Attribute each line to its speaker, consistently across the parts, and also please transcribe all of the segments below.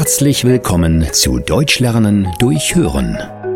Speaker 1: Herzlich willkommen zu Deutsch lernen durch Hören.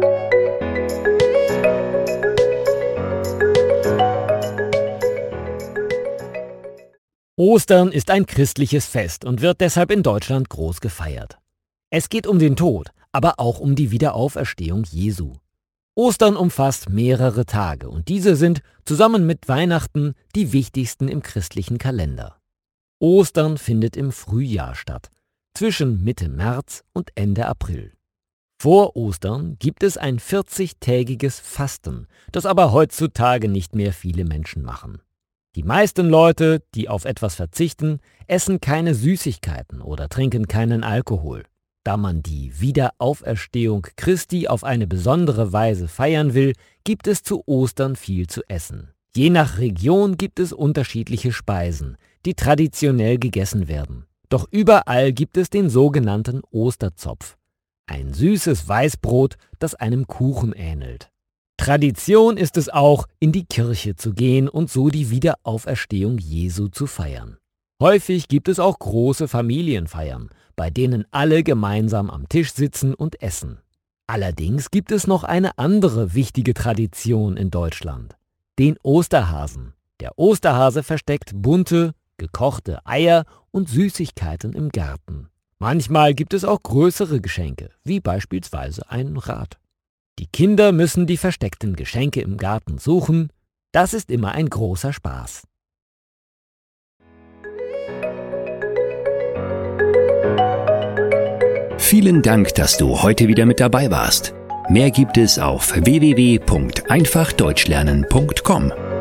Speaker 2: Ostern ist ein christliches Fest und wird deshalb in Deutschland groß gefeiert. Es geht um den Tod, aber auch um die Wiederauferstehung Jesu. Ostern umfasst mehrere Tage und diese sind zusammen mit Weihnachten die wichtigsten im christlichen Kalender. Ostern findet im Frühjahr statt, zwischen Mitte März und Ende April. Vor Ostern gibt es ein 40-tägiges Fasten, das aber heutzutage nicht mehr viele Menschen machen. Die meisten Leute, die auf etwas verzichten, essen keine Süßigkeiten oder trinken keinen Alkohol. Da man die Wiederauferstehung Christi auf eine besondere Weise feiern will, gibt es zu Ostern viel zu essen. Je nach Region gibt es unterschiedliche Speisen, die traditionell gegessen werden. Doch überall gibt es den sogenannten Osterzopf, ein süßes Weißbrot, das einem Kuchen ähnelt. Tradition ist es auch, in die Kirche zu gehen und so die Wiederauferstehung Jesu zu feiern. Häufig gibt es auch große Familienfeiern, bei denen alle gemeinsam am Tisch sitzen und essen. Allerdings gibt es noch eine andere wichtige Tradition in Deutschland: den Osterhasen. Der Osterhase versteckt bunte, gekochte Eier und Süßigkeiten im Garten. Manchmal gibt es auch größere Geschenke, wie beispielsweise ein Rad. Die Kinder müssen die versteckten Geschenke im Garten suchen. Das ist immer ein großer Spaß.
Speaker 1: Vielen Dank, dass du heute wieder mit dabei warst. Mehr gibt es auf www.einfachdeutschlernen.com.